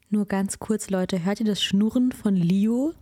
Nur ganz kurz, Leute, hört ihr das Schnurren von Leo?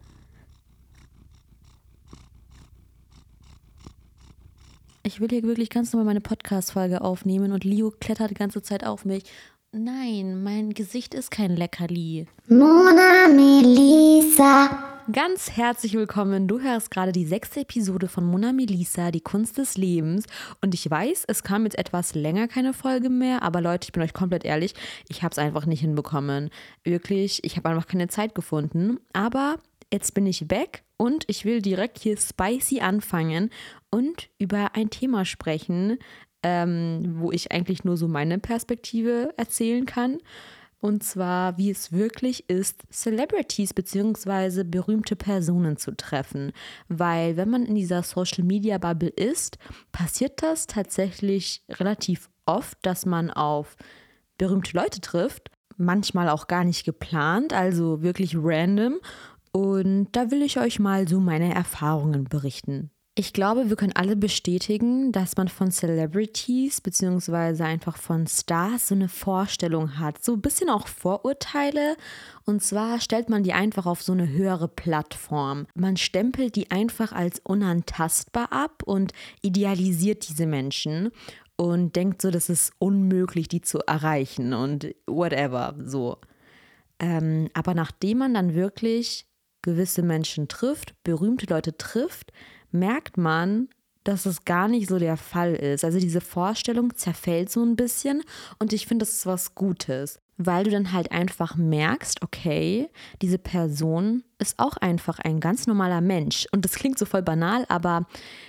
Ich will hier wirklich ganz normal meine Podcast-Folge aufnehmen und Leo klettert die ganze Zeit auf mich. Nein, mein Gesicht ist kein Leckerli. Mona Melissa. Ganz herzlich willkommen. Du hörst gerade die 6. Episode von Mona Melissa, die Kunst des Lebens. Und ich weiß, es kam jetzt etwas länger keine Folge mehr, aber Leute, ich bin euch komplett ehrlich, ich habe es einfach nicht hinbekommen. Wirklich, ich habe einfach keine Zeit gefunden. Aber jetzt bin ich back und ich will direkt hier spicy anfangen und über ein Thema sprechen, wo ich eigentlich nur so meine Perspektive erzählen kann. Und zwar, wie es wirklich ist, Celebrities bzw. berühmte Personen zu treffen. Weil wenn man in dieser Social-Media-Bubble ist, passiert das tatsächlich relativ oft, dass man auf berühmte Leute trifft. Manchmal auch gar nicht geplant, also wirklich random. Und da will ich euch mal so meine Erfahrungen berichten. Ich glaube, wir können alle bestätigen, dass man von Celebrities bzw. einfach von Stars so eine Vorstellung hat. So ein bisschen auch Vorurteile. Und zwar stellt man die einfach auf so eine höhere Plattform. Man stempelt die einfach als unantastbar ab und idealisiert diese Menschen und denkt so, das ist unmöglich, die zu erreichen und whatever, so. Aber nachdem man dann wirklich gewisse Menschen trifft, berühmte Leute trifft, merkt man, dass es gar nicht so der Fall ist. Also diese Vorstellung zerfällt so ein bisschen und ich finde, das ist was Gutes, weil du dann halt einfach merkst, okay, diese Person ist auch einfach ein ganz normaler Mensch. Und das klingt so voll banal, aber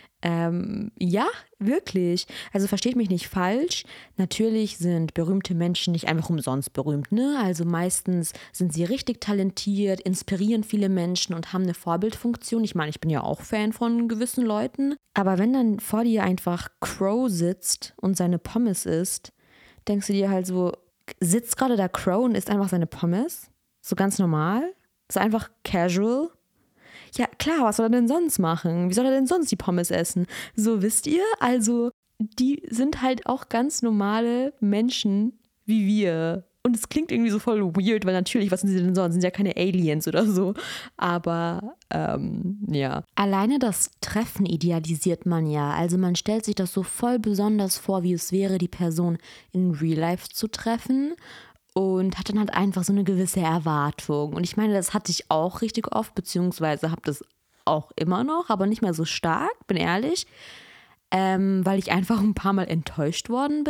ja, wirklich. Also versteht mich nicht falsch. Natürlich sind berühmte Menschen nicht einfach umsonst berühmt, ne? Also meistens sind sie richtig talentiert, inspirieren viele Menschen und haben eine Vorbildfunktion. Ich meine, ich bin ja auch Fan von gewissen Leuten. Aber wenn dann vor dir einfach Crow sitzt und seine Pommes isst, denkst du dir halt so, sitzt gerade da Crow und isst einfach seine Pommes? So ganz normal? So einfach casual? Ja, klar, was soll er denn sonst machen? Wie soll er denn sonst die Pommes essen? So, wisst ihr? Also, die sind halt auch ganz normale Menschen wie wir. Und es klingt irgendwie so voll weird, weil natürlich, was sind sie denn sonst? Sind ja keine Aliens oder so. Aber, ja. Alleine das Treffen idealisiert man ja. Also man stellt sich das so voll besonders vor, wie es wäre, die Person in Real Life zu treffen. Und hat dann halt einfach so eine gewisse Erwartung. Und ich meine, das hatte ich auch richtig oft, beziehungsweise habe das auch immer noch, aber nicht mehr so stark, bin ehrlich, weil ich einfach ein paar Mal enttäuscht worden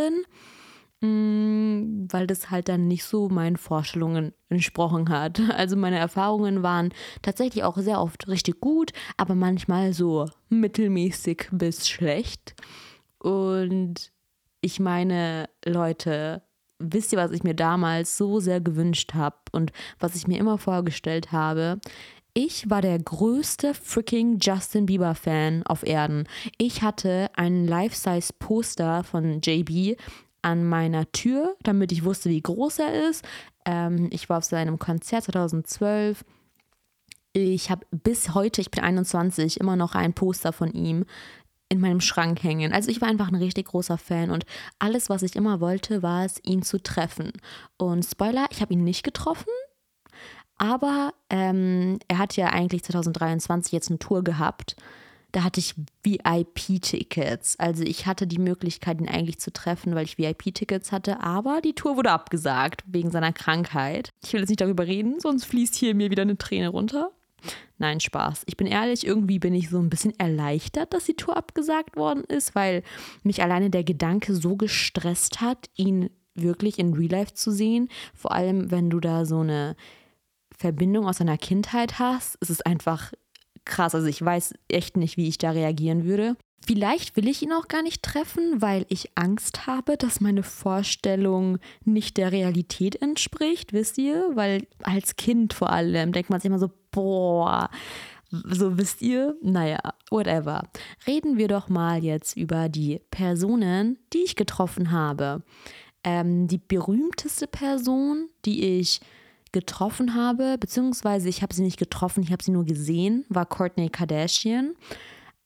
bin, weil das halt dann nicht so meinen Vorstellungen entsprochen hat. Also meine Erfahrungen waren tatsächlich auch sehr oft richtig gut, aber manchmal so mittelmäßig bis schlecht. Und ich meine, Leute, wisst ihr, was ich mir damals so sehr gewünscht habe und was ich mir immer vorgestellt habe? Ich war der größte freaking Justin Bieber-Fan auf Erden. Ich hatte ein Life-Size-Poster von JB an meiner Tür, damit ich wusste, wie groß er ist. Ich war auf seinem Konzert 2012. Ich habe bis heute, ich bin 21, immer noch ein Poster von ihm in meinem Schrank hängen. Also ich war einfach ein richtig großer Fan und alles, was ich immer wollte, war es, ihn zu treffen. Und Spoiler, ich habe ihn nicht getroffen, aber er hat ja eigentlich 2023 jetzt eine Tour gehabt. Da hatte ich VIP-Tickets. Also ich hatte die Möglichkeit, ihn eigentlich zu treffen, weil ich VIP-Tickets hatte, aber die Tour wurde abgesagt wegen seiner Krankheit. Ich will jetzt nicht darüber reden, sonst fließt hier mir wieder eine Träne runter. Nein, Spaß. Ich bin ehrlich, irgendwie bin ich so ein bisschen erleichtert, dass die Tour abgesagt worden ist, weil mich alleine der Gedanke so gestresst hat, ihn wirklich in Real Life zu sehen. Vor allem, wenn du da so eine Verbindung aus deiner Kindheit hast, ist es einfach krass. Also ich weiß echt nicht, wie ich da reagieren würde. Vielleicht will ich ihn auch gar nicht treffen, weil ich Angst habe, dass meine Vorstellung nicht der Realität entspricht, wisst ihr? Weil als Kind vor allem denkt man sich immer so, boah, so wisst ihr? Naja, whatever. Reden wir doch mal jetzt über die Personen, die ich getroffen habe. Die berühmteste Person, die ich getroffen habe, beziehungsweise ich habe sie nicht getroffen, ich habe sie nur gesehen, war Kourtney Kardashian.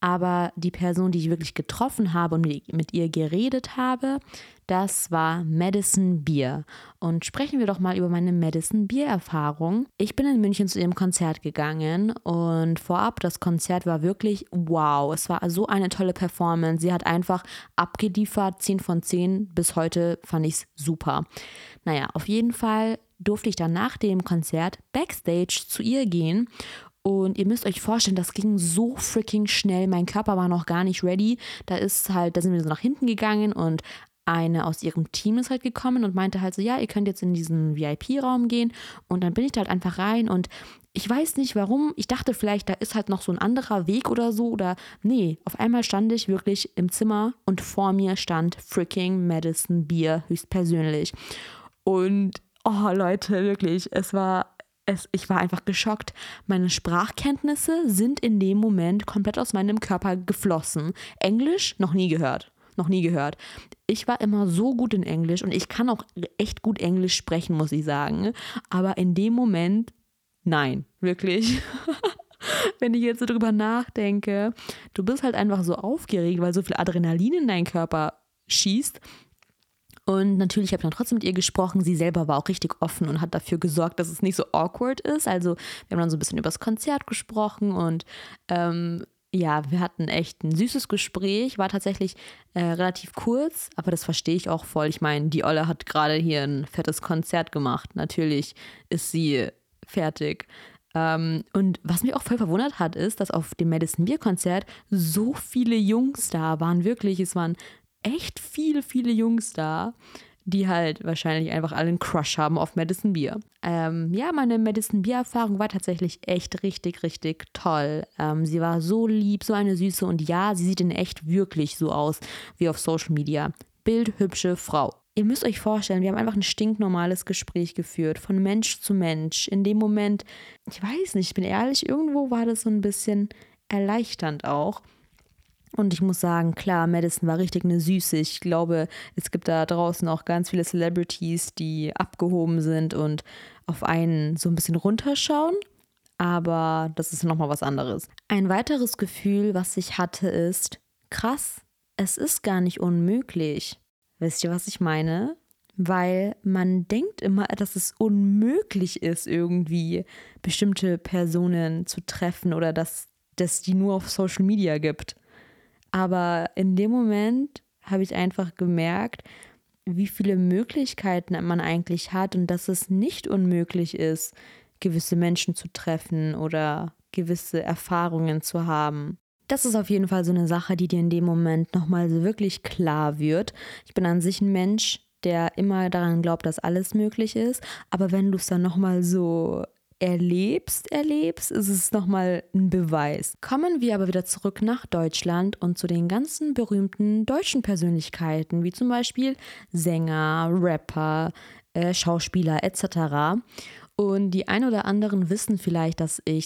Aber die Person, die ich wirklich getroffen habe und mit ihr geredet habe, das war Madison Beer. Und sprechen wir doch mal über meine Madison Beer-Erfahrung. Ich bin in München zu ihrem Konzert gegangen und vorab, das Konzert war wirklich wow. Es war so eine tolle Performance. Sie hat einfach abgeliefert, 10 von 10. Bis heute fand ich es super. Naja, auf jeden Fall durfte ich dann nach dem Konzert backstage zu ihr gehen. Und ihr müsst euch vorstellen, das ging so freaking schnell. Mein Körper war noch gar nicht ready. Da sind wir so nach hinten gegangen und eine aus ihrem Team ist halt gekommen und meinte halt so, ja, ihr könnt jetzt in diesen VIP-Raum gehen. Und dann bin ich da halt einfach rein und ich weiß nicht warum. Ich dachte vielleicht, da ist halt noch so ein anderer Weg oder so. Oder nee, auf einmal stand ich wirklich im Zimmer und vor mir stand freaking Madison Beer höchstpersönlich. Und oh Leute, wirklich, ich war einfach geschockt. Meine Sprachkenntnisse sind in dem Moment komplett aus meinem Körper geflossen. Englisch noch nie gehört. Noch nie gehört. Ich war immer so gut in Englisch und ich kann auch echt gut Englisch sprechen, muss ich sagen. Aber in dem Moment, nein, wirklich. Wenn ich jetzt so drüber nachdenke, du bist halt einfach so aufgeregt, weil so viel Adrenalin in deinen Körper schießt. Und natürlich habe ich dann trotzdem mit ihr gesprochen. Sie selber war auch richtig offen und hat dafür gesorgt, dass es nicht so awkward ist. Also wir haben dann so ein bisschen über das Konzert gesprochen und ja, wir hatten echt ein süßes Gespräch. War tatsächlich relativ kurz, aber das verstehe ich auch voll. Ich meine, die Olle hat gerade hier ein fettes Konzert gemacht. Natürlich ist sie fertig. Und was mich auch voll verwundert hat, ist, dass auf dem Madison Beer Konzert so viele Jungs da waren. Wirklich, es waren echt viele Jungs da, die halt wahrscheinlich einfach alle einen Crush haben auf Madison Beer. Ja, meine Madison Beer-Erfahrung war tatsächlich echt richtig toll. Sie war so lieb, so eine Süße und ja, sie sieht in echt wirklich so aus wie auf Social Media. Bildhübsche Frau. Ihr müsst euch vorstellen, wir haben einfach ein stinknormales Gespräch geführt, von Mensch zu Mensch. In dem Moment, ich weiß nicht, ich bin ehrlich, irgendwo war das so ein bisschen erleichternd auch. Und ich muss sagen, klar, Madison war richtig eine Süße. Ich glaube, es gibt da draußen auch ganz viele Celebrities, die abgehoben sind und auf einen so ein bisschen runterschauen. Aber das ist nochmal was anderes. Ein weiteres Gefühl, was ich hatte, ist, krass, es ist gar nicht unmöglich. Wisst ihr, was ich meine? Weil man denkt immer, dass es unmöglich ist, irgendwie bestimmte Personen zu treffen oder dass es die nur auf Social Media gibt. Aber in dem Moment habe ich einfach gemerkt, wie viele Möglichkeiten man eigentlich hat und dass es nicht unmöglich ist, gewisse Menschen zu treffen oder gewisse Erfahrungen zu haben. Das ist auf jeden Fall so eine Sache, die dir in dem Moment nochmal so wirklich klar wird. Ich bin an sich ein Mensch, der immer daran glaubt, dass alles möglich ist. Aber wenn du es dann nochmal so erlebst, ist es nochmal ein Beweis. Kommen wir aber wieder zurück nach Deutschland und zu den ganzen berühmten deutschen Persönlichkeiten, wie zum Beispiel Sänger, Rapper, Schauspieler etc. Und die ein oder anderen wissen vielleicht, dass ich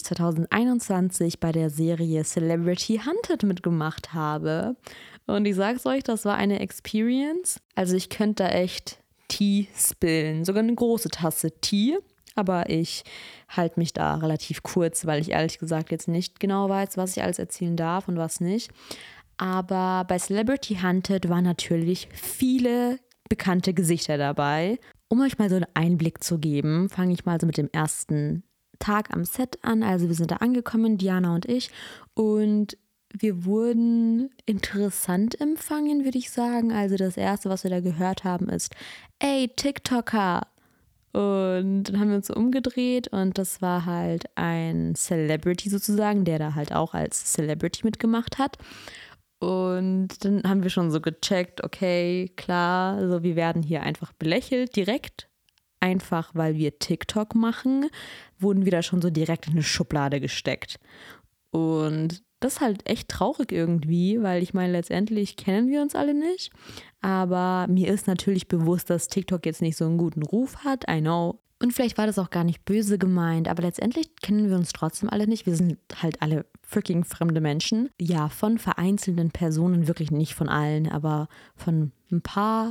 2021 bei der Serie Celebrity Hunted mitgemacht habe. Und ich sag's euch, das war eine Experience. Also ich könnte da echt Tee spillen, sogar eine große Tasse Tee. Aber ich halte mich da relativ kurz, weil ich ehrlich gesagt jetzt nicht genau weiß, was ich alles erzählen darf und was nicht. Aber bei Celebrity Hunted waren natürlich viele bekannte Gesichter dabei. Um euch mal so einen Einblick zu geben, fange ich mal so mit dem ersten Tag am Set an. Also wir sind da angekommen, Diana und ich. Und wir wurden interessant empfangen, würde ich sagen. Also das Erste, was wir da gehört haben, ist, ey, TikToker. Und dann haben wir uns so umgedreht und das war halt ein Celebrity sozusagen, der da halt auch als Celebrity mitgemacht hat. Und dann haben wir schon so gecheckt, okay, klar, so wir werden hier einfach belächelt direkt. Einfach weil wir TikTok machen, wurden wir da schon so direkt in eine Schublade gesteckt. Und das ist halt echt traurig irgendwie, weil ich meine, letztendlich kennen wir uns alle nicht. Aber mir ist natürlich bewusst, dass TikTok jetzt nicht so einen guten Ruf hat. I know. Und vielleicht war das auch gar nicht böse gemeint, aber letztendlich kennen wir uns trotzdem alle nicht. Wir sind halt alle freaking fremde Menschen. Ja, von vereinzelten Personen, wirklich nicht von allen, aber von ein paar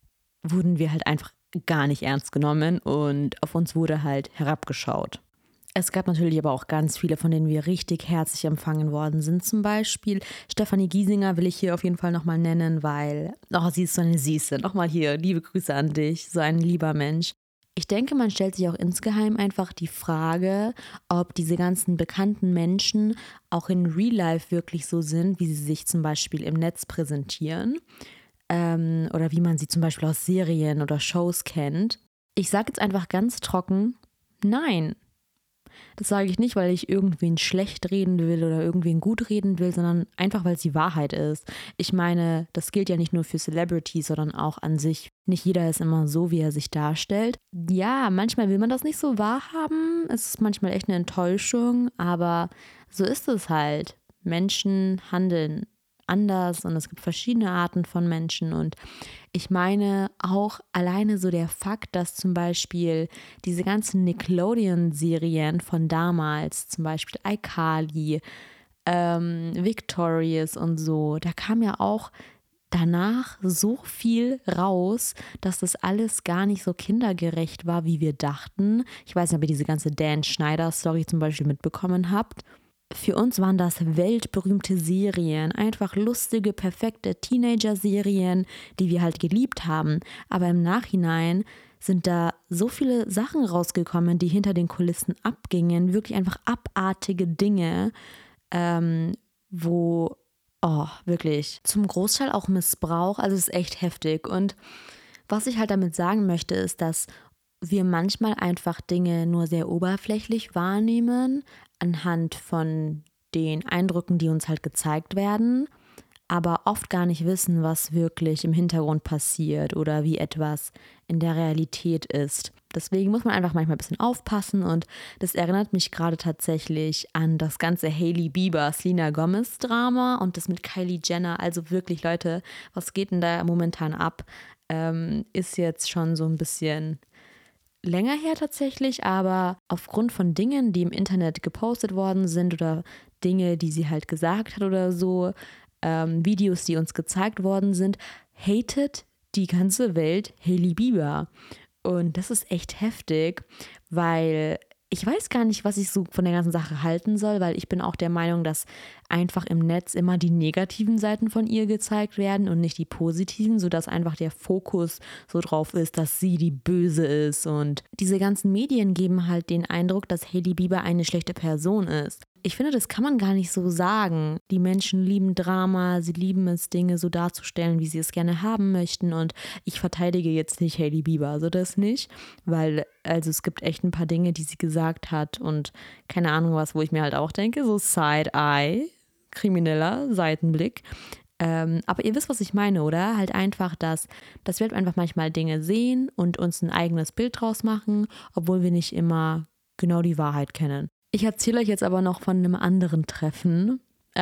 wurden wir halt einfach gar nicht ernst genommen und auf uns wurde halt herabgeschaut. Es gab natürlich aber auch ganz viele, von denen wir richtig herzlich empfangen worden sind. Zum Beispiel Stefanie Giesinger will ich hier auf jeden Fall nochmal nennen, weil, sie ist so eine Süße. Nochmal hier, liebe Grüße an dich, so ein lieber Mensch. Ich denke, man stellt sich auch insgeheim einfach die Frage, ob diese ganzen bekannten Menschen auch in Real Life wirklich so sind, wie sie sich zum Beispiel im Netz präsentieren. Oder wie man sie zum Beispiel aus Serien oder Shows kennt. Ich sage jetzt einfach ganz trocken, nein. Das sage ich nicht, weil ich irgendwen schlecht reden will oder irgendwen gut reden will, sondern einfach, weil es die Wahrheit ist. Ich meine, das gilt ja nicht nur für Celebrities, sondern auch an sich. Nicht jeder ist immer so, wie er sich darstellt. Ja, manchmal will man das nicht so wahrhaben. Es ist manchmal echt eine Enttäuschung, aber so ist es halt. Menschen handeln anders und es gibt verschiedene Arten von Menschen und ich meine auch alleine so der Fakt, dass zum Beispiel diese ganzen Nickelodeon-Serien von damals, zum Beispiel iCarly, Victorious und so, da kam ja auch danach so viel raus, dass das alles gar nicht so kindergerecht war, wie wir dachten. Ich weiß nicht, ob ihr diese ganze Dan Schneider-Story zum Beispiel mitbekommen habt. Für uns waren das weltberühmte Serien, einfach lustige, perfekte Teenager-Serien, die wir halt geliebt haben. Aber im Nachhinein sind da so viele Sachen rausgekommen, die hinter den Kulissen abgingen. Wirklich einfach abartige Dinge, wirklich zum Großteil auch Missbrauch. Also es ist echt heftig. Und was ich halt damit sagen möchte, ist, dass wir manchmal einfach Dinge nur sehr oberflächlich wahrnehmen, anhand von den Eindrücken, die uns halt gezeigt werden, aber oft gar nicht wissen, was wirklich im Hintergrund passiert oder wie etwas in der Realität ist. Deswegen muss man einfach manchmal ein bisschen aufpassen und das erinnert mich gerade tatsächlich an das ganze Hailey Bieber-Selena Gomez-Drama und das mit Kylie Jenner. Also wirklich, Leute, was geht denn da momentan ab? Ist jetzt schon so ein bisschen länger her tatsächlich, aber aufgrund von Dingen, die im Internet gepostet worden sind oder Dinge, die sie halt gesagt hat oder so, Videos, die uns gezeigt worden sind, hatet die ganze Welt Hailey Bieber. Und das ist echt heftig, weil ich weiß gar nicht, was ich so von der ganzen Sache halten soll, weil ich bin auch der Meinung, dass einfach im Netz immer die negativen Seiten von ihr gezeigt werden und nicht die positiven, sodass einfach der Fokus so drauf ist, dass sie die Böse ist. Und diese ganzen Medien geben halt den Eindruck, dass Hailey Bieber eine schlechte Person ist. Ich finde, das kann man gar nicht so sagen. Die Menschen lieben Drama, sie lieben es, Dinge so darzustellen, wie sie es gerne haben möchten. Und ich verteidige jetzt nicht Hailey Bieber, also das nicht, weil es gibt echt ein paar Dinge, die sie gesagt hat und keine Ahnung was, wo ich mir halt auch denke, so Side-Eye, krimineller Seitenblick. Aber ihr wisst, was ich meine, oder? Halt einfach, dass wir halt einfach manchmal Dinge sehen und uns ein eigenes Bild draus machen, obwohl wir nicht immer genau die Wahrheit kennen. Ich erzähle euch jetzt aber noch von einem anderen Treffen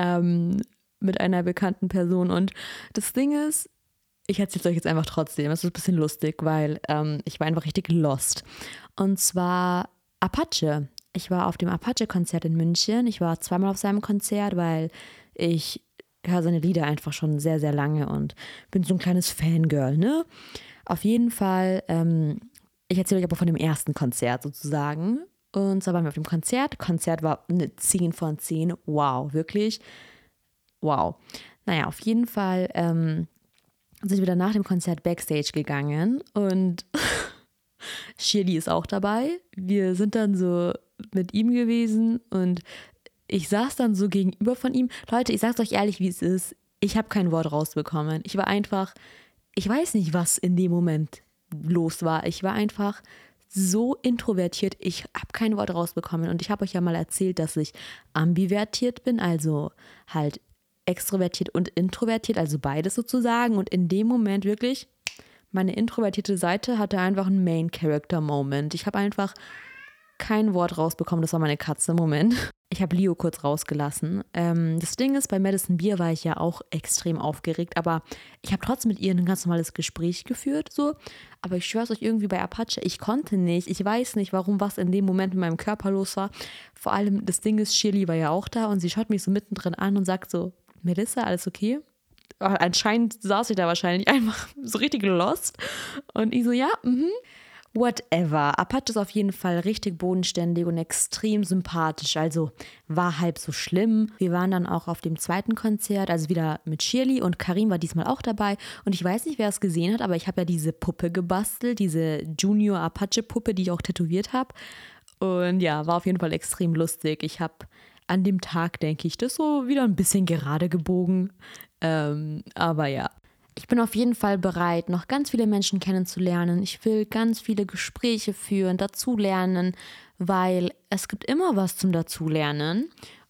mit einer bekannten Person. Und das Ding ist, ich erzähle es euch jetzt einfach trotzdem. Es ist ein bisschen lustig, weil ich war einfach richtig lost. Und zwar Apache. Ich war auf dem Apache-Konzert in München. Ich war zweimal auf seinem Konzert, weil ich höre seine Lieder einfach schon sehr, sehr lange und bin so ein kleines Fangirl, ne? Auf jeden Fall, ich erzähle euch aber von dem ersten Konzert sozusagen. Und zwar waren wir auf dem Konzert. Konzert war eine 10 von 10. Wow, wirklich. Wow. Naja, auf jeden Fall sind wir dann nach dem Konzert Backstage gegangen und Shirley ist auch dabei. Wir sind dann so mit ihm gewesen und ich saß dann so gegenüber von ihm. Leute, ich sag's euch ehrlich, wie es ist. Ich habe kein Wort rausbekommen. Ich war einfach, ich weiß nicht, was in dem Moment los war. Ich war einfach so introvertiert, ich habe kein Wort rausbekommen und ich habe euch ja mal erzählt, dass ich ambivertiert bin, also halt extrovertiert und introvertiert, also beides sozusagen und in dem Moment wirklich, meine introvertierte Seite hatte einfach einen Main-Character-Moment. Ich habe einfach kein Wort rausbekommen, das war meine Katze, Moment. Ich habe Leo kurz rausgelassen. Das Ding ist, bei Madison Beer war ich ja auch extrem aufgeregt, aber ich habe trotzdem mit ihr ein ganz normales Gespräch geführt, so. Aber ich schwöre es euch irgendwie bei Apache, ich konnte nicht, ich weiß nicht, warum was in dem Moment mit meinem Körper los war. Vor allem, das Ding ist, Shirley war ja auch da und sie schaut mich so mittendrin an und sagt so, Melissa, alles okay? Anscheinend saß ich da wahrscheinlich einfach so richtig lost. Und ich so, ja, Whatever. Apache ist auf jeden Fall richtig bodenständig und extrem sympathisch. Also war halb so schlimm. Wir waren dann auch auf dem zweiten Konzert, also wieder mit Shirley und Karim war diesmal auch dabei. Und ich weiß nicht, wer es gesehen hat, aber ich habe ja diese Puppe gebastelt, diese Junior Apache-Puppe, die ich auch tätowiert habe. Und ja, war auf jeden Fall extrem lustig. Ich habe an dem Tag, denke ich, das so wieder ein bisschen gerade gebogen. Aber ja. Ich bin auf jeden Fall bereit, noch ganz viele Menschen kennenzulernen. Ich will ganz viele Gespräche führen, dazulernen, weil es gibt immer was zum Dazulernen.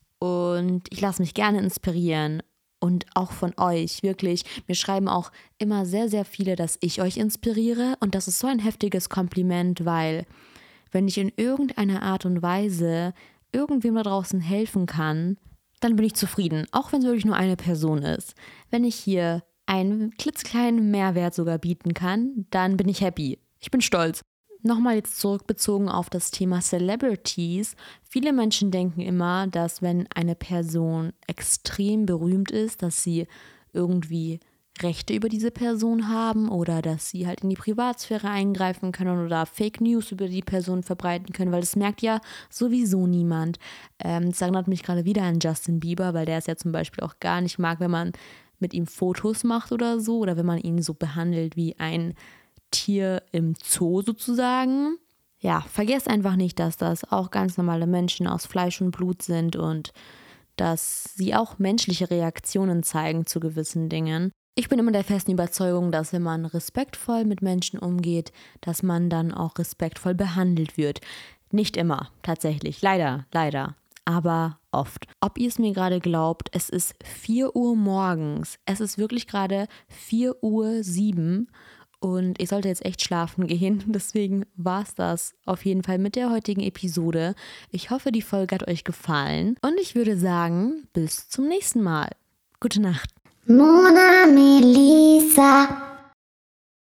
Und ich lasse mich gerne inspirieren. Und auch von euch, wirklich. Mir schreiben auch immer sehr, sehr viele, dass ich euch inspiriere. Und das ist so ein heftiges Kompliment, weil wenn ich in irgendeiner Art und Weise irgendwem da draußen helfen kann, dann bin ich zufrieden. Auch wenn es wirklich nur eine Person ist. Wenn ich hier einen klitzekleinen Mehrwert sogar bieten kann, dann bin ich happy. Ich bin stolz. Nochmal jetzt zurückbezogen auf das Thema Celebrities. Viele Menschen denken immer, dass wenn eine Person extrem berühmt ist, dass sie irgendwie Rechte über diese Person haben oder dass sie halt in die Privatsphäre eingreifen können oder Fake News über die Person verbreiten können, weil das merkt ja sowieso niemand. Das erinnert mich gerade wieder an Justin Bieber, weil der es ja zum Beispiel auch gar nicht mag, wenn man mit ihm Fotos macht oder so oder wenn man ihn so behandelt wie ein Tier im Zoo sozusagen. Ja, vergesst einfach nicht, dass das auch ganz normale Menschen aus Fleisch und Blut sind und dass sie auch menschliche Reaktionen zeigen zu gewissen Dingen. Ich bin immer der festen Überzeugung, dass wenn man respektvoll mit Menschen umgeht, dass man dann auch respektvoll behandelt wird. Nicht immer, tatsächlich. Leider. Aber oft. Ob ihr es mir gerade glaubt, es ist 4 Uhr morgens. Es ist wirklich gerade 4:07 Uhr und ich sollte jetzt echt schlafen gehen. Deswegen war es das auf jeden Fall mit der heutigen Episode. Ich hoffe, die Folge hat euch gefallen und ich würde sagen, bis zum nächsten Mal. Gute Nacht. Mona Melissa.